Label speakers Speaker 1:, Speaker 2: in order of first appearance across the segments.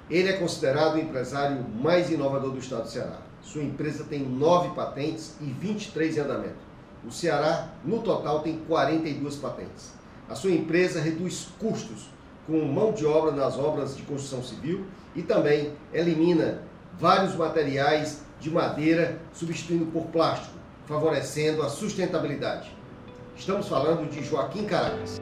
Speaker 1: Ele é considerado o empresário mais inovador do estado do Ceará. Sua empresa tem 9 patentes e 23 em andamento. O Ceará, no total, tem 42 patentes. A sua empresa reduz custos com mão de obra nas obras de construção civil e também elimina vários materiais de madeira, substituindo por plástico, favorecendo a sustentabilidade. Estamos falando de Joaquim Caracas.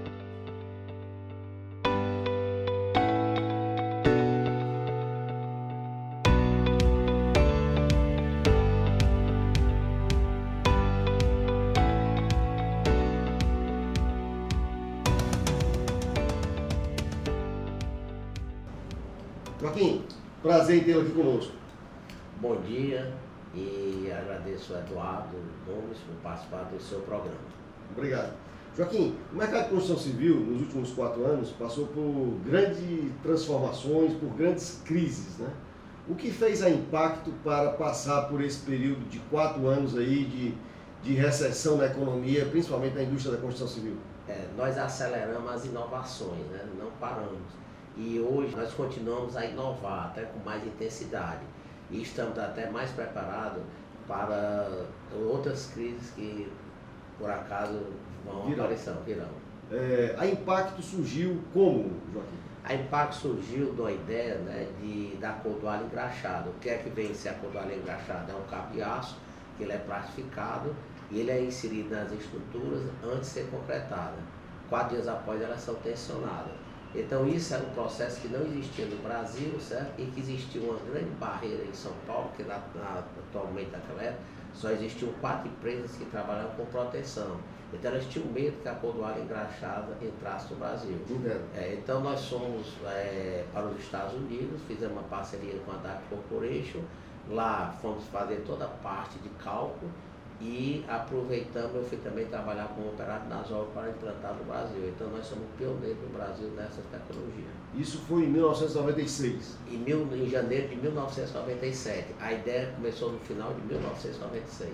Speaker 1: Joaquim, prazer em tê-lo aqui conosco.
Speaker 2: Bom dia e agradeço ao Eduardo Gomes por participar do seu programa.
Speaker 1: Obrigado. Joaquim, o mercado de construção civil, nos últimos 4 anos, passou por grandes transformações, por grandes crises, né? O que fez a Impacto para passar por esse período de 4 anos aí de recessão na economia, principalmente na indústria da construção civil?
Speaker 2: Nós aceleramos as inovações, né? Não paramos. E hoje nós continuamos a inovar, até com mais intensidade. E estamos até mais preparados para outras crises que, por acaso, virão.
Speaker 1: A Impacto surgiu como, Joaquim?
Speaker 2: A Impacto surgiu de uma ideia, né, da cordoalha engraxada. O que é que vem ser a cordoalha engraxada? É um cabo de aço, que ele é plastificado e ele é inserido nas estruturas antes de ser concretada. 4 dias após elas são tensionadas. Então isso era um processo que não existia no Brasil, certo? E que existia uma grande barreira em São Paulo, que atualmente naquela época só existiam 4 empresas que trabalhavam com proteção. Então elas tinham medo que a cordoalha engraxada entrasse no Brasil. Então nós fomos para os Estados Unidos, fizemos uma parceria com a DAP Corporation, lá fomos fazer toda a parte de cálculo e aproveitamos, eu fui também trabalhar como operário nas obras para implantar no Brasil. Então nós somos pioneiros no Brasil nessa tecnologia.
Speaker 1: Isso foi em 1996?
Speaker 2: Em janeiro de 1997. A ideia começou no final de 1996.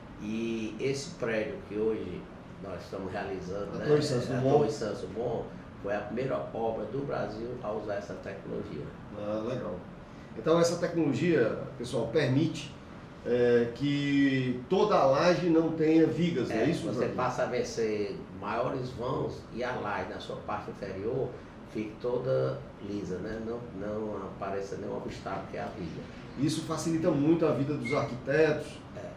Speaker 2: E esse prédio que hoje nós estamos realizando, a Torre Santos Dumont, foi a primeira obra do Brasil a usar essa tecnologia.
Speaker 1: Legal. Então essa tecnologia, pessoal, permite que toda a laje não tenha vigas, não é isso?
Speaker 2: Você passa a vencer maiores vãos e a laje na sua parte inferior fique toda lisa, né? Não apareça nenhum obstáculo que é a viga.
Speaker 1: Isso facilita muito a vida dos arquitetos,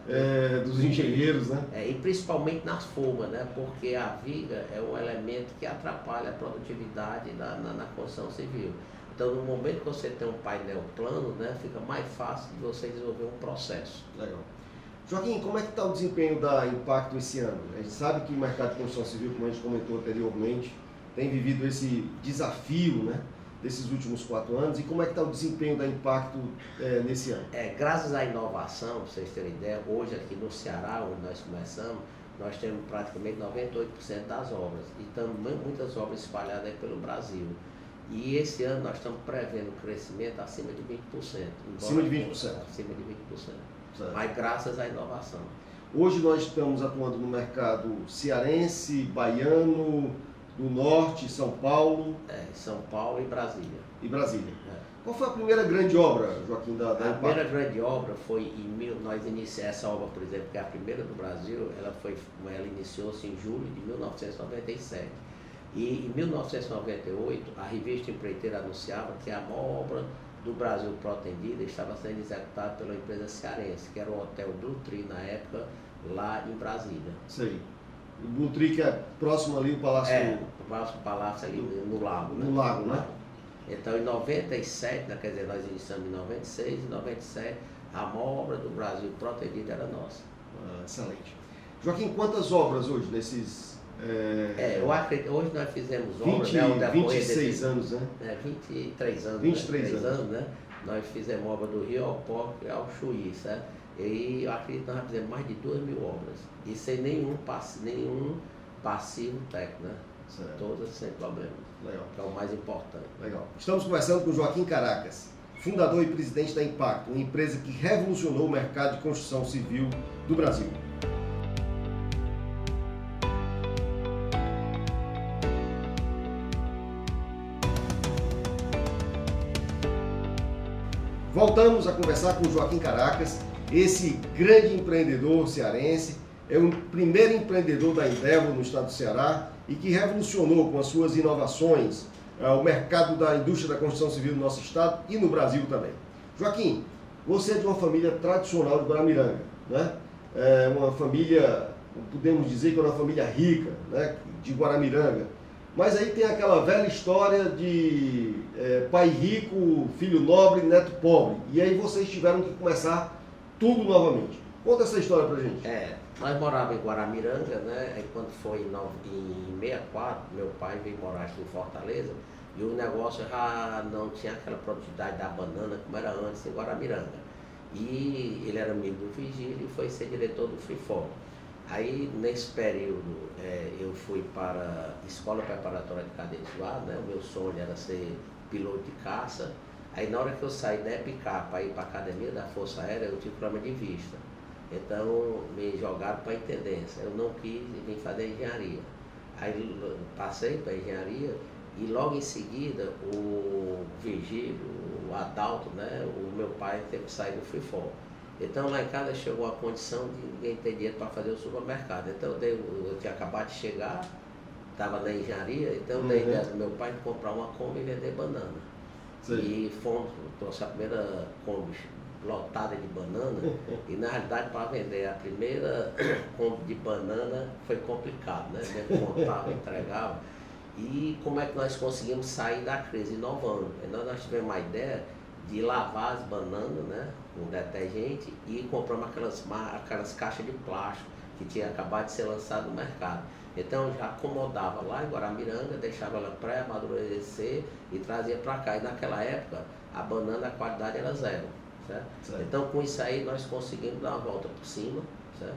Speaker 1: dos engenheiros, né?
Speaker 2: E principalmente nas formas, né? Porque a viga é um elemento que atrapalha a produtividade na construção civil. Então, no momento que você tem um painel plano, né, fica mais fácil de você desenvolver um processo.
Speaker 1: Legal. Joaquim, como é que está o desempenho da Impacto esse ano? A gente sabe que o mercado de construção civil, como a gente comentou anteriormente, tem vivido esse desafio, né, desses últimos 4 anos. E como é que está o desempenho da Impacto nesse ano?
Speaker 2: Graças à inovação, para vocês terem ideia, hoje aqui no Ceará, onde nós começamos, nós temos praticamente 98% das obras. E também muitas obras espalhadas aí pelo Brasil. E esse ano nós estamos prevendo um crescimento acima de 20%.
Speaker 1: Acima de 20%?
Speaker 2: Acima de 20%.
Speaker 1: Certo.
Speaker 2: Mas graças à inovação.
Speaker 1: Hoje nós estamos atuando no mercado cearense, baiano, do norte, São Paulo.
Speaker 2: São Paulo e Brasília.
Speaker 1: Qual foi a primeira grande obra, Joaquim, da Impacto?
Speaker 2: A primeira grande obra foi nós iniciamos essa obra, por exemplo, que é a primeira do Brasil, ela iniciou-se em julho de 1997. E em 1998, a revista Empreiteira anunciava que a maior obra do Brasil pretendida estava sendo executada pela empresa cearense, que era o Hotel Blue Tree na época, lá em Brasília.
Speaker 1: Sei. O Blue Tree, que é próximo ali ao Palácio...
Speaker 2: o próximo palácio ali no lago.
Speaker 1: No lago, né?
Speaker 2: Então em 97, quer dizer, nós iniciamos em 96, em 97, a maior obra do Brasil pretendida era nossa.
Speaker 1: Excelente. Joaquim, quantas obras hoje nesses...
Speaker 2: eu acredito, hoje nós fizemos obras, né?
Speaker 1: 26 anos, né?
Speaker 2: 23 anos.
Speaker 1: 23
Speaker 2: anos, né? Nós fizemos obra do Rio ao Porto e ao Chuí, certo? E eu acredito que nós fizemos mais de 2.000 obras. E sem nenhum passivo técnico, né?
Speaker 1: Certo.
Speaker 2: Todas sem problemas.
Speaker 1: Legal.
Speaker 2: Que é o mais importante.
Speaker 1: Legal. Estamos conversando com Joaquim Caracas, fundador e presidente da Impacto, uma empresa que revolucionou o mercado de construção civil do Brasil. Voltamos a conversar com o Joaquim Caracas, esse grande empreendedor cearense, é o primeiro empreendedor da Endeavor no estado do Ceará e que revolucionou com as suas inovações o mercado da indústria da construção civil no nosso estado e no Brasil também. Joaquim, você é de uma família tradicional de Guaramiranga, né? É uma família, podemos dizer que é uma família rica, né, de Guaramiranga. Mas aí tem aquela velha história de pai rico, filho nobre, neto pobre. E aí vocês tiveram que começar tudo novamente. Conta essa história pra gente.
Speaker 2: Nós morávamos em Guaramiranga, né? Aí quando foi em 64, meu pai veio morar aqui em Fortaleza e o negócio já não tinha aquela produtividade da banana como era antes em Guaramiranga. E ele era amigo do Vigílio e foi ser diretor do FIFOL. Aí, nesse período, eu fui para a Escola Preparatória de Cadetes lá, né? O meu sonho era ser piloto de caça. Aí, na hora que eu saí da EPICAR para ir para a Academia da Força Aérea, eu tive problema de vista. Então, me jogaram para a Intendência. Eu não quis e vim fazer engenharia. Aí, passei para a engenharia e, logo em seguida, o Vigílio, o Adalto, né? O meu pai teve que sair do FIFOL. Então lá em casa chegou a condição de ninguém ter dinheiro para fazer o supermercado. Então eu tinha acabado de chegar, estava na engenharia, então eu dei ideia do meu pai de comprar uma Kombi e vender banana. Sim. E trouxe a primeira Kombi lotada de banana e na realidade para vender a primeira Kombi de banana foi complicado, né? A gente montava, entregava. E como é que nós conseguimos sair da crise inovando? Então nós tivemos uma ideia de lavar as bananas, né, com detergente e compramos aquelas caixas de plástico que tinha acabado de ser lançado no mercado. Então já acomodava lá em Guaramiranga, deixava ela pré-amadurecer e trazia para cá. E naquela época a banana, a qualidade era zero, certo? Certo. Então com isso aí nós conseguimos dar uma volta por cima, certo?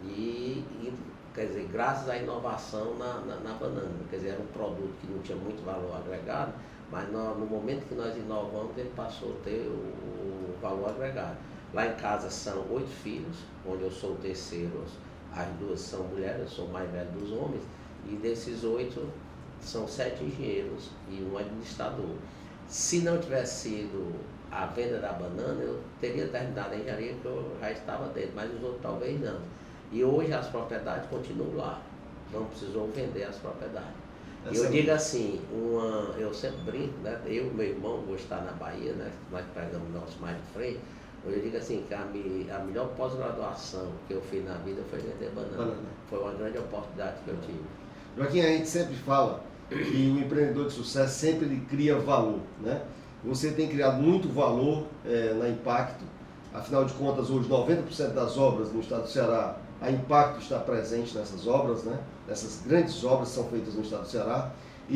Speaker 2: E quer dizer, graças à inovação na banana, quer dizer, era um produto que não tinha muito valor agregado, mas no momento que nós inovamos, ele passou a ter o valor agregado. Lá em casa são 8 filhos, onde eu sou o terceiro, as 2 são mulheres, eu sou o mais velho dos homens, e desses 8 são 7 engenheiros e um administrador. Se não tivesse sido a venda da banana, eu teria terminado a engenharia, que eu já estava dentro, mas os outros talvez não. E hoje as propriedades continuam lá, não precisou vender as propriedades. E eu digo assim, eu sempre brinco, né? Eu e meu irmão vou estar na Bahia, né? Nós pegamos nosso mais de frente. Eu digo assim, que a melhor pós-graduação que eu fiz na vida foi vender banana. Foi uma grande oportunidade que eu tive.
Speaker 1: Joaquim, a gente sempre fala que o empreendedor de sucesso sempre ele cria valor, né? Você tem criado muito valor na Impacto. Afinal de contas, hoje 90% das obras no estado do Ceará, a Impacto está presente nessas obras, né? Essas grandes obras são feitas no estado do Ceará.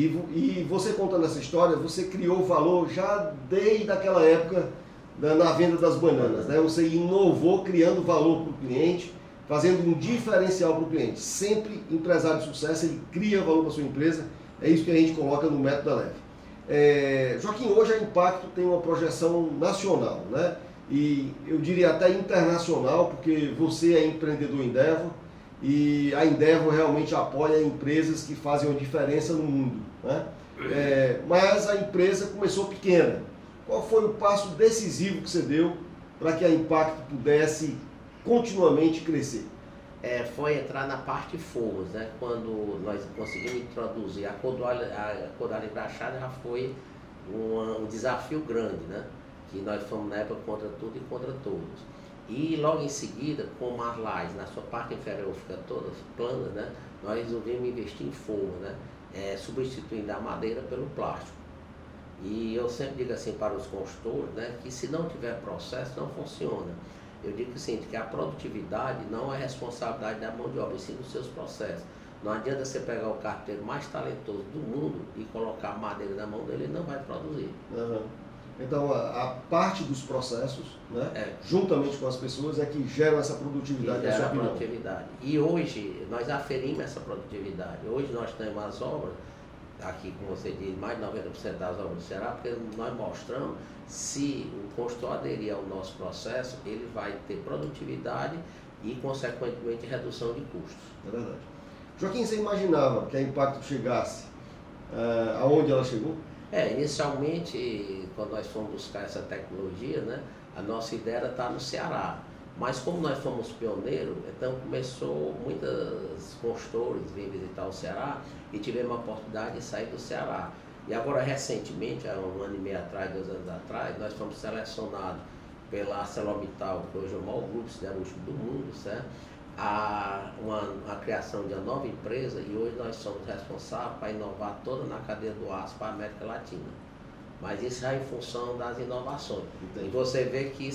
Speaker 1: E você contando essa história, você criou valor já desde aquela época na venda das bananas, né? Você inovou criando valor para o cliente, fazendo um diferencial para o cliente. Sempre empresário de sucesso, ele cria valor para a sua empresa. É isso que a gente coloca no método da Leve. Joaquim, hoje a Impacto tem uma projeção nacional, né? E eu diria até internacional, porque você é empreendedor Endeavor e a Endeavor realmente apoia empresas que fazem uma diferença no mundo, né? Mas a empresa começou pequena. Qual foi o passo decisivo que você deu para que a Impacto pudesse continuamente crescer?
Speaker 2: Foi entrar na parte de forros, né? Quando nós conseguimos introduzir a cordoalha engraxada, já foi um desafio grande, né? Que nós fomos na época contra tudo e contra todos. E logo em seguida, como as lajes na sua parte inferior fica todas planas, né? Nós resolvemos investir em forro, né? Substituindo a madeira pelo plástico. E eu sempre digo assim para os construtores, né? Que se não tiver processo, não funciona. Eu digo o seguinte, que a produtividade não é responsabilidade da mão de obra, e sim dos seus processos. Não adianta você pegar o carpinteiro mais talentoso do mundo e colocar a madeira na mão dele, ele não vai produzir.
Speaker 1: Uhum. Então, a parte dos processos, né, juntamente com as pessoas, é que geram essa produtividade.
Speaker 2: Que gera a produtividade. E hoje, nós aferimos essa produtividade. Hoje nós temos as obras, aqui, como você diz, mais de 90% das obras do Ceará, porque nós mostramos se o construtor aderir ao nosso processo, ele vai ter produtividade e, consequentemente, redução de custos.
Speaker 1: É verdade. Joaquim, você imaginava que a Impacto chegasse aonde ela chegou?
Speaker 2: Inicialmente, quando nós fomos buscar essa tecnologia, né, a nossa ideia era estar no Ceará. Mas como nós fomos pioneiros, então começou muitos consultores vir visitar o Ceará e tivemos a oportunidade de sair do Ceará. E agora, recentemente, há 1 ano e meio atrás, 2 anos atrás, nós fomos selecionados pela ArcelorMittal, que hoje é o maior grupo siderúrgico do mundo, certo? A criação de uma nova empresa, e hoje nós somos responsáveis para inovar toda na cadeia do aço para a América Latina. Mas isso é em função das inovações. Entendi. E você vê que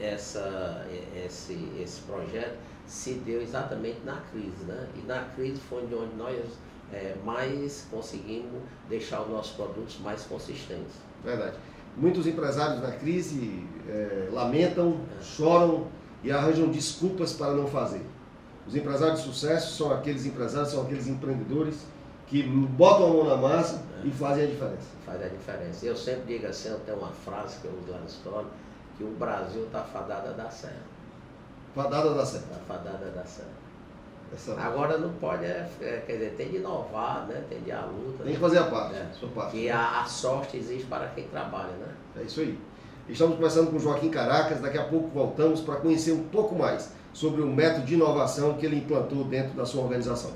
Speaker 2: esse projeto se deu exatamente na crise, né? E na crise foi onde nós mais conseguimos deixar os nossos produtos mais consistentes.
Speaker 1: Verdade. Muitos empresários na crise lamentam, choram e arranjam desculpas para não fazer. Os empresários de sucesso são aqueles empresários, são aqueles empreendedores que botam a mão na massa e fazem a diferença.
Speaker 2: Faz a diferença. Eu sempre digo assim, eu tenho uma frase que eu uso lá na história, que o Brasil está fadado a dar certo.
Speaker 1: Fadado a dar certo.
Speaker 2: Está fadado a dar certo. Agora não pode, quer dizer, tem de inovar, né? Tem de a luta.
Speaker 1: Tem que fazer a parte, sua parte.
Speaker 2: Que a sorte existe para quem trabalha, né?
Speaker 1: É isso aí. Estamos conversando com o Joaquim Caracas, daqui a pouco voltamos para conhecer um pouco mais sobre o método de inovação que ele implantou dentro da sua organização.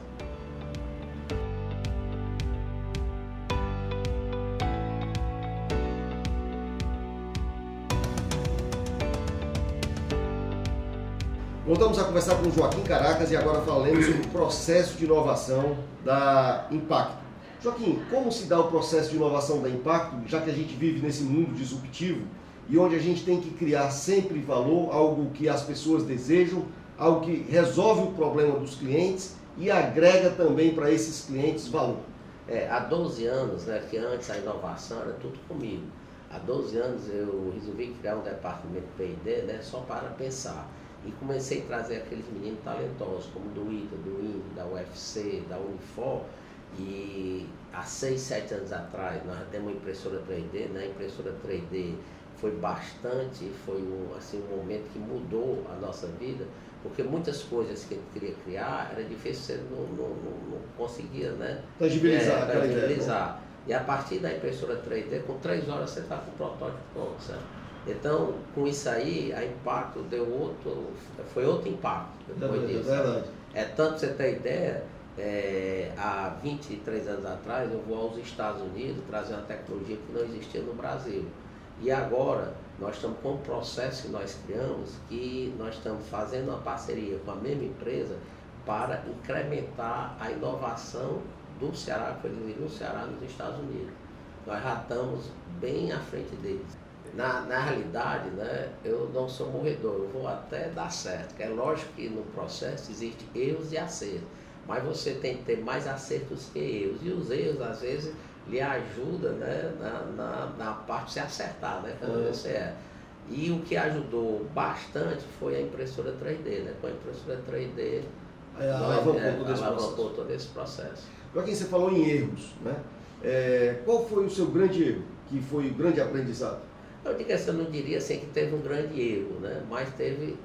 Speaker 1: Voltamos a conversar com o Joaquim Caracas e agora falaremos sobre o processo de inovação da Impacto. Joaquim, como se dá o processo de inovação da Impacto, já que a gente vive nesse mundo disruptivo e onde a gente tem que criar sempre valor, algo que as pessoas desejam, algo que resolve o problema dos clientes e agrega também para esses clientes valor?
Speaker 2: Há 12 anos, né, que antes a inovação era tudo comigo. Há 12 anos eu resolvi criar um departamento P&D, né, só para pensar. E comecei a trazer aqueles meninos talentosos, como do ITA, do INDE, da UFC, da Unifor. E há 6, 7 anos atrás, nós já temos uma impressora 3D, né? A impressora 3D foi um momento que mudou a nossa vida, porque muitas coisas que eu queria criar, era difícil, você não conseguia, né?
Speaker 1: Tangibilizar.
Speaker 2: E a partir da impressora 3D, com 3 horas você está com o protótipo pronto, certo? Então, com isso aí, a Impacto foi outro impacto depois disso.
Speaker 1: Verdade.
Speaker 2: Tanto para você ter ideia, há 23 anos atrás eu vou aos Estados Unidos trazer uma tecnologia que não existia no Brasil. E agora, nós estamos com um processo que nós criamos, que nós estamos fazendo uma parceria com a mesma empresa para incrementar a inovação do Ceará, que foi desenvolvido no Ceará, nos Estados Unidos. Nós já estamos bem à frente deles. Na realidade, né, eu não sou morredor, eu vou até dar certo. É lógico que no processo existe erros e acertos, mas você tem que ter mais acertos que erros. E os erros, às vezes, lhe ajudam, né, na parte de se acertar, né, quando você E o que ajudou bastante foi a impressora 3D, né? Com a impressora 3D, alavancou todo esse processo.
Speaker 1: Joaquim, você falou em erros, né? Qual foi o seu grande erro, que foi o grande aprendizado?
Speaker 2: Eu não diria assim que teve um grande erro, né? Mas teve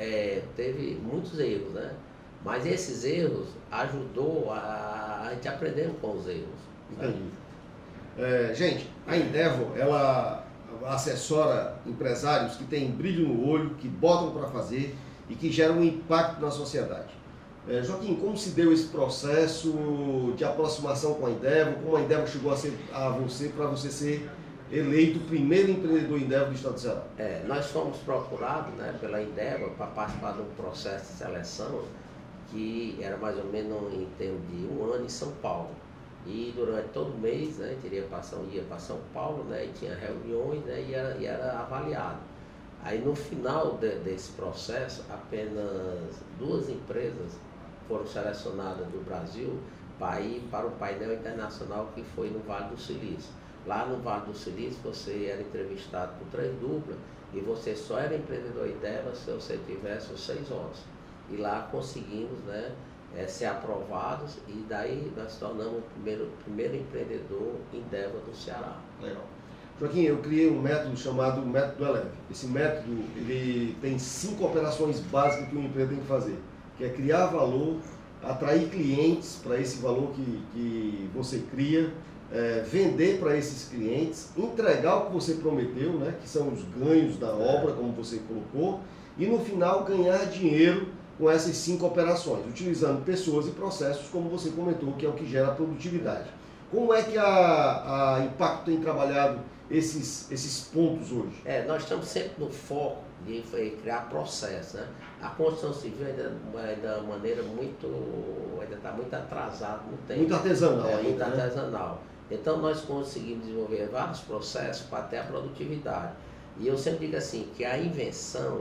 Speaker 2: muitos erros, né? Mas esses erros ajudou a gente aprender com os erros.
Speaker 1: Entendi. Gente, a Endeavor, ela assessora empresários que têm brilho no olho, que botam para fazer e que geram um impacto na sociedade. Joaquim, como se deu esse processo de aproximação com a Endeavor? Como a Endeavor chegou a você para você ser eleito o primeiro empreendedor Endeavor do estado do Ceará?
Speaker 2: Nós fomos procurados, né, pela Endeavor para participar de um processo de seleção que era mais ou menos em termos de 1 ano em São Paulo. E durante todo mês, né, ia para São Paulo, né, e tinha reuniões, né, e era avaliado. Aí no final desse processo, apenas 2 empresas foram selecionadas do Brasil para ir para o painel internacional que foi no Vale do Silício. Lá no Vale do Silício você era entrevistado por 3 duplas e você só era empreendedor Endeavor se você tivesse os 6 horas. E lá conseguimos, né, ser aprovados e daí nós tornamos o primeiro empreendedor Endeavor do Ceará.
Speaker 1: Legal. Joaquim, eu criei um método chamado método Eleve. Esse método ele tem 5 operações básicas que uma empresa tem que fazer, que é criar valor, atrair clientes para esse valor que você cria, vender para esses clientes, entregar o que você prometeu, né, que são os ganhos da obra, como você colocou, e no final ganhar dinheiro com essas 5 operações, utilizando pessoas e processos, como você comentou, que é o que gera produtividade. Como é que a Impacto tem trabalhado esses pontos hoje?
Speaker 2: Nós estamos sempre no foco de criar processo, né? A construção civil ainda de uma maneira ainda está muito atrasada no tempo.
Speaker 1: Muito artesanal ainda,
Speaker 2: muito
Speaker 1: né?
Speaker 2: artesanal. Então nós conseguimos desenvolver vários processos para ter a produtividade. E eu sempre digo assim, que a invenção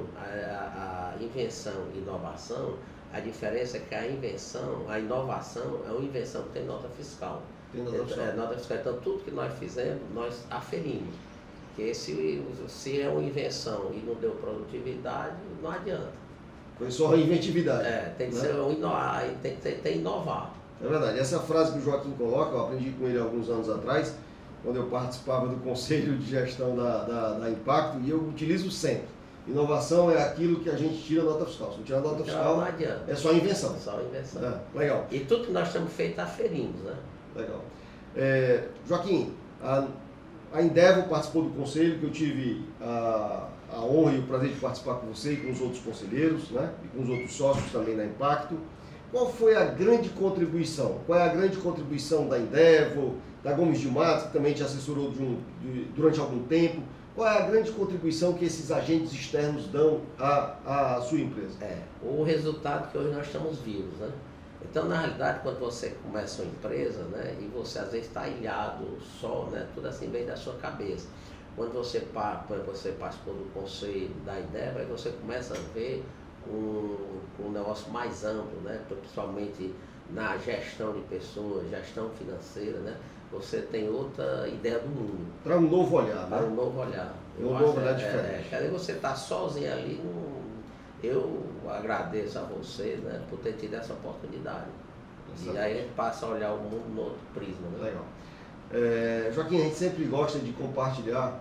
Speaker 2: e inovação, a diferença é que a inovação é uma invenção que tem nota fiscal. Nota fiscal. Então tudo que nós fizemos, nós aferimos. Porque se é uma invenção e não deu produtividade, não adianta.
Speaker 1: Foi só a inventividade.
Speaker 2: Tem que ser inovar.
Speaker 1: É verdade. Essa frase que o Joaquim coloca, eu aprendi com ele alguns anos atrás, quando eu participava do Conselho de Gestão da Impacto, e eu utilizo sempre. Inovação é aquilo que a gente tira a nota fiscal. Se não tirar a nota fiscal,
Speaker 2: não adianta.
Speaker 1: É só invenção.
Speaker 2: Só invenção.
Speaker 1: Legal.
Speaker 2: E tudo que nós temos feito, aferimos, né?
Speaker 1: Legal. Joaquim, a Endeavor participou do conselho, que eu tive a honra e o prazer de participar com você e com os outros conselheiros, né? E com os outros sócios também da Impacto. Qual foi a grande contribuição? Qual é a grande contribuição da Endeavor, da Gomes de Matos, que também te assessorou durante algum tempo? Qual é a grande contribuição que esses agentes externos dão à sua empresa?
Speaker 2: O resultado que hoje nós estamos vivos, né? Então, na realidade, quando você começa uma empresa, né, e você às vezes está ilhado só, né, tudo assim bem da sua cabeça. Quando você participou do conselho da Endeavor, aí você começa a ver um negócio mais amplo, né, principalmente na gestão de pessoas, gestão financeira, né? Você tem outra ideia do mundo.
Speaker 1: Para um novo olhar, né?
Speaker 2: Para um novo olhar.
Speaker 1: Um novo olhar diferente.
Speaker 2: Quer dizer, você está sozinho ali, eu agradeço a você, né, por ter tido essa oportunidade. E aí a gente passa a olhar o mundo no outro prisma, né?
Speaker 1: Legal. Joaquim, a gente sempre gosta de compartilhar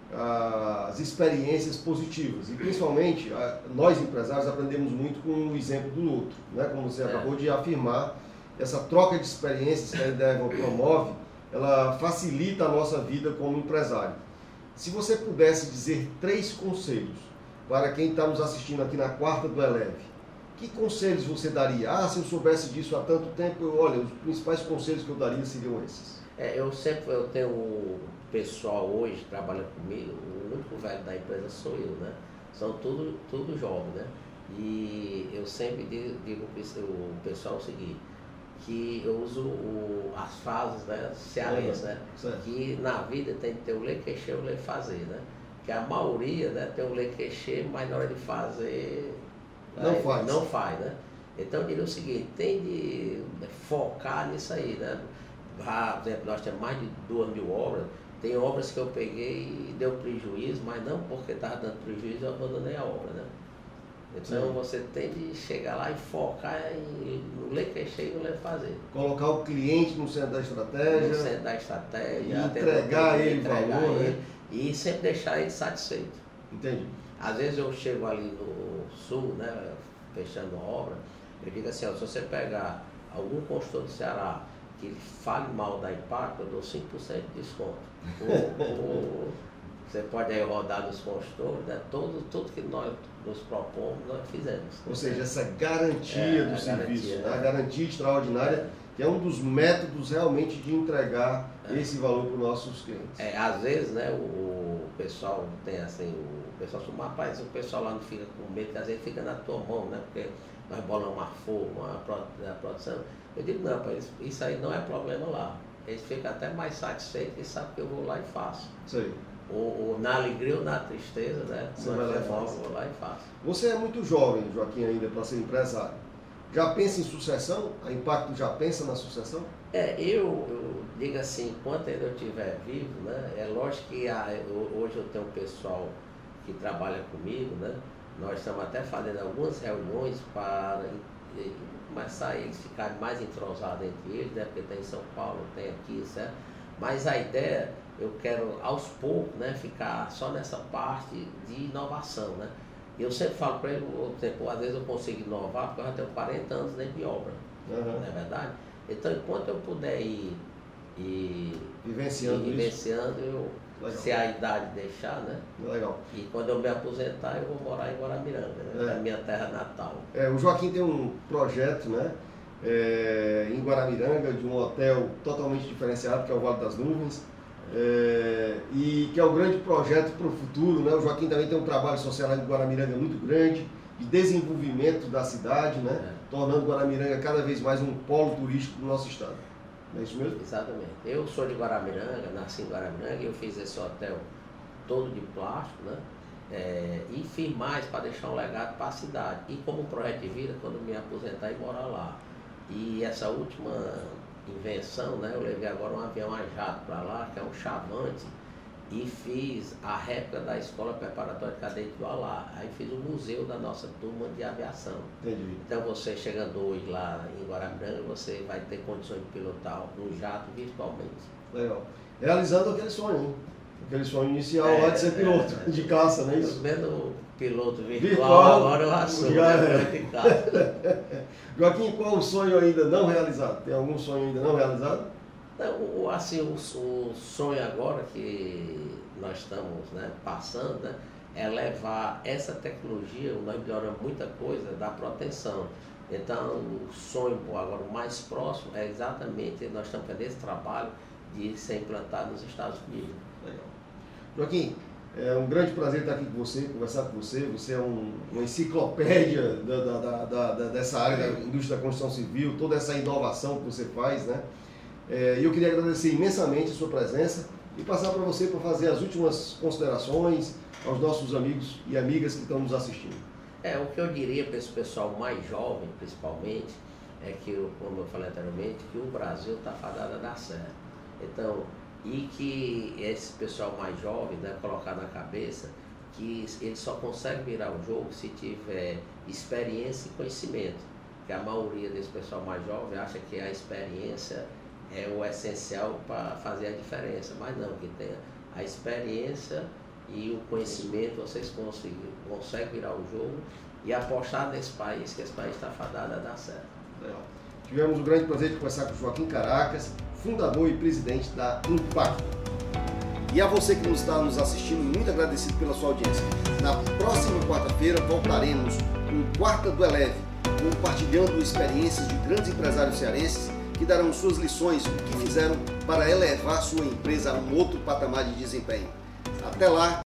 Speaker 1: as experiências positivas e principalmente nós empresários aprendemos muito com o exemplo do outro, né? Como você acabou de afirmar, essa troca de experiências que a Endeavor promove, ela facilita a nossa vida como empresário. Se você pudesse dizer 3 conselhos para quem está nos assistindo aqui na quarta do Eleve, que conselhos você daria? Se eu soubesse disso há tanto tempo, olha, os principais conselhos que eu daria seriam esses.
Speaker 2: Eu tenho o pessoal hoje que trabalha comigo, o único velho da empresa sou eu, né? São tudo jovem, né? E eu sempre digo para o pessoal o seguinte, que eu uso as frases, né, cearenses, né? Que na vida tem que ter o lê queixer e o lê fazer, né? Que a maioria, né, tem o lê queixer, mas na hora de fazer não faz, né? Então eu diria o seguinte, tem de focar nisso aí, né? Por exemplo, nós temos mais de 2.000 obras, tem obras que eu peguei e deu prejuízo, mas não porque estava dando prejuízo eu abandonei a obra, né? Então você tem de chegar lá e focar no ler queixer e no ler fazer.
Speaker 1: Colocar o cliente no centro da estratégia.
Speaker 2: No centro da estratégia.
Speaker 1: Entregar ele valor, né?
Speaker 2: E sempre deixar ele satisfeito.
Speaker 1: Entendi.
Speaker 2: Às vezes eu chego ali no sul, né, fechando a obra, eu digo assim, se você pegar algum consultor do Ceará que fale mal da Impacto, eu dou 5% de desconto. Você pode aí rodar nos consultores, né? Tudo que nós nos propomos, nós fizemos.
Speaker 1: Ou seja, essa garantia do serviço, né? A garantia extraordinária, que é um dos métodos realmente de entregar esse valor para os nossos clientes.
Speaker 2: Às vezes, né, o pessoal tem assim, o pessoal fala, rapaz, o pessoal lá não fica com medo, que às vezes fica na tua mão, né? Porque nós bolamos uma forma, uma produção. Eu digo, não, rapaz, isso aí não é problema lá. Eles ficam até mais satisfeitos e sabem que eu vou lá e faço.
Speaker 1: Isso aí.
Speaker 2: Ou na alegria ou na tristeza, né?
Speaker 1: Você vai lá e faz.
Speaker 2: Eu vou lá e faço.
Speaker 1: Você é muito jovem, Joaquim, ainda para ser empresário. Já pensa em sucessão? A Impacto já pensa na sucessão?
Speaker 2: Eu digo assim, enquanto ainda eu estiver vivo, né? É lógico que hoje eu tenho um pessoal que trabalha comigo, né? Nós estamos até fazendo algumas reuniões para começar a eles ficarem mais entrosados entre eles, né? Porque tem em São Paulo, tem aqui, certo? Mas a ideia, eu quero aos poucos, né, ficar só nessa parte de inovação, né? E eu sempre falo para ele, às vezes eu consigo inovar porque eu já tenho 40 anos dentro de obra, não é verdade? Então, enquanto eu puder ir vivenciando eu, se a idade deixar, né?
Speaker 1: Legal.
Speaker 2: E quando eu me aposentar, eu vou morar em Guaramiranga, né? Que é a minha terra natal.
Speaker 1: O Joaquim tem um projeto, né? Em Guaramiranga, de um hotel totalmente diferenciado, que é o Vale das Nuvens, e que é um grande projeto para o futuro, né? O Joaquim também tem um trabalho social em Guaramiranga muito grande, de desenvolvimento da cidade, né? Tornando Guaramiranga cada vez mais um polo turístico do nosso estado. Não é isso mesmo?
Speaker 2: Exatamente. Eu sou de Guaramiranga, nasci em Guaramiranga, eu fiz esse hotel todo de plástico, né? E fiz mais para deixar um legado para a cidade. E como projeto de vida, quando me aposentar e morar lá. E essa última invenção, né? Eu levei agora um avião a jato para lá, que é um Chavante, e fiz a réplica da Escola Preparatória de Cadete do Alá. Aí fiz o museu da nossa turma de aviação.
Speaker 1: Entendi.
Speaker 2: Então você chegando hoje lá em Guaramiranga, você vai ter condições de pilotar um jato virtualmente.
Speaker 1: Legal. Realizando aquele sonho, hein? Aquele sonho inicial lá de ser piloto de caça, não é isso?
Speaker 2: Vendo piloto virtual, agora eu assumo,
Speaker 1: de caça. Joaquim, qual o sonho ainda não realizado? Tem algum sonho ainda não realizado?
Speaker 2: Não, assim, o sonho agora que nós estamos, né, passando, né, é levar essa tecnologia, nós melhoramos muita coisa da proteção. Então, o sonho agora o mais próximo é exatamente, nós estamos fazendo esse trabalho de ser implantado nos Estados Unidos.
Speaker 1: Legal. Joaquim, é um grande prazer estar aqui com você, conversar com você. Você é uma enciclopédia dessa área da indústria da construção civil, toda essa inovação que você faz, né? E eu queria agradecer imensamente a sua presença e passar para você para fazer as últimas considerações aos nossos amigos e amigas que estão nos assistindo.
Speaker 2: O que eu diria para esse pessoal mais jovem, principalmente, é que, como eu falei anteriormente, que o Brasil está fadado a dar certo. Então, e que esse pessoal mais jovem, né, colocar na cabeça que ele só consegue virar o jogo se tiver experiência e conhecimento. Que a maioria desse pessoal mais jovem acha que a experiência é o essencial para fazer a diferença, mas não, que tenha a experiência e o conhecimento, vocês conseguem virar o jogo e apostar nesse país, que esse país está fadado a dar certo.
Speaker 1: Legal. Tivemos o grande prazer de conversar com o Joaquim Caracas, fundador e presidente da Impacto. E a você que está nos assistindo, muito agradecido pela sua audiência. Na próxima quarta-feira voltaremos com Quarta do Eleve, compartilhando experiências de grandes empresários cearenses que darão suas lições, o que fizeram para elevar sua empresa a um outro patamar de desempenho. Até lá!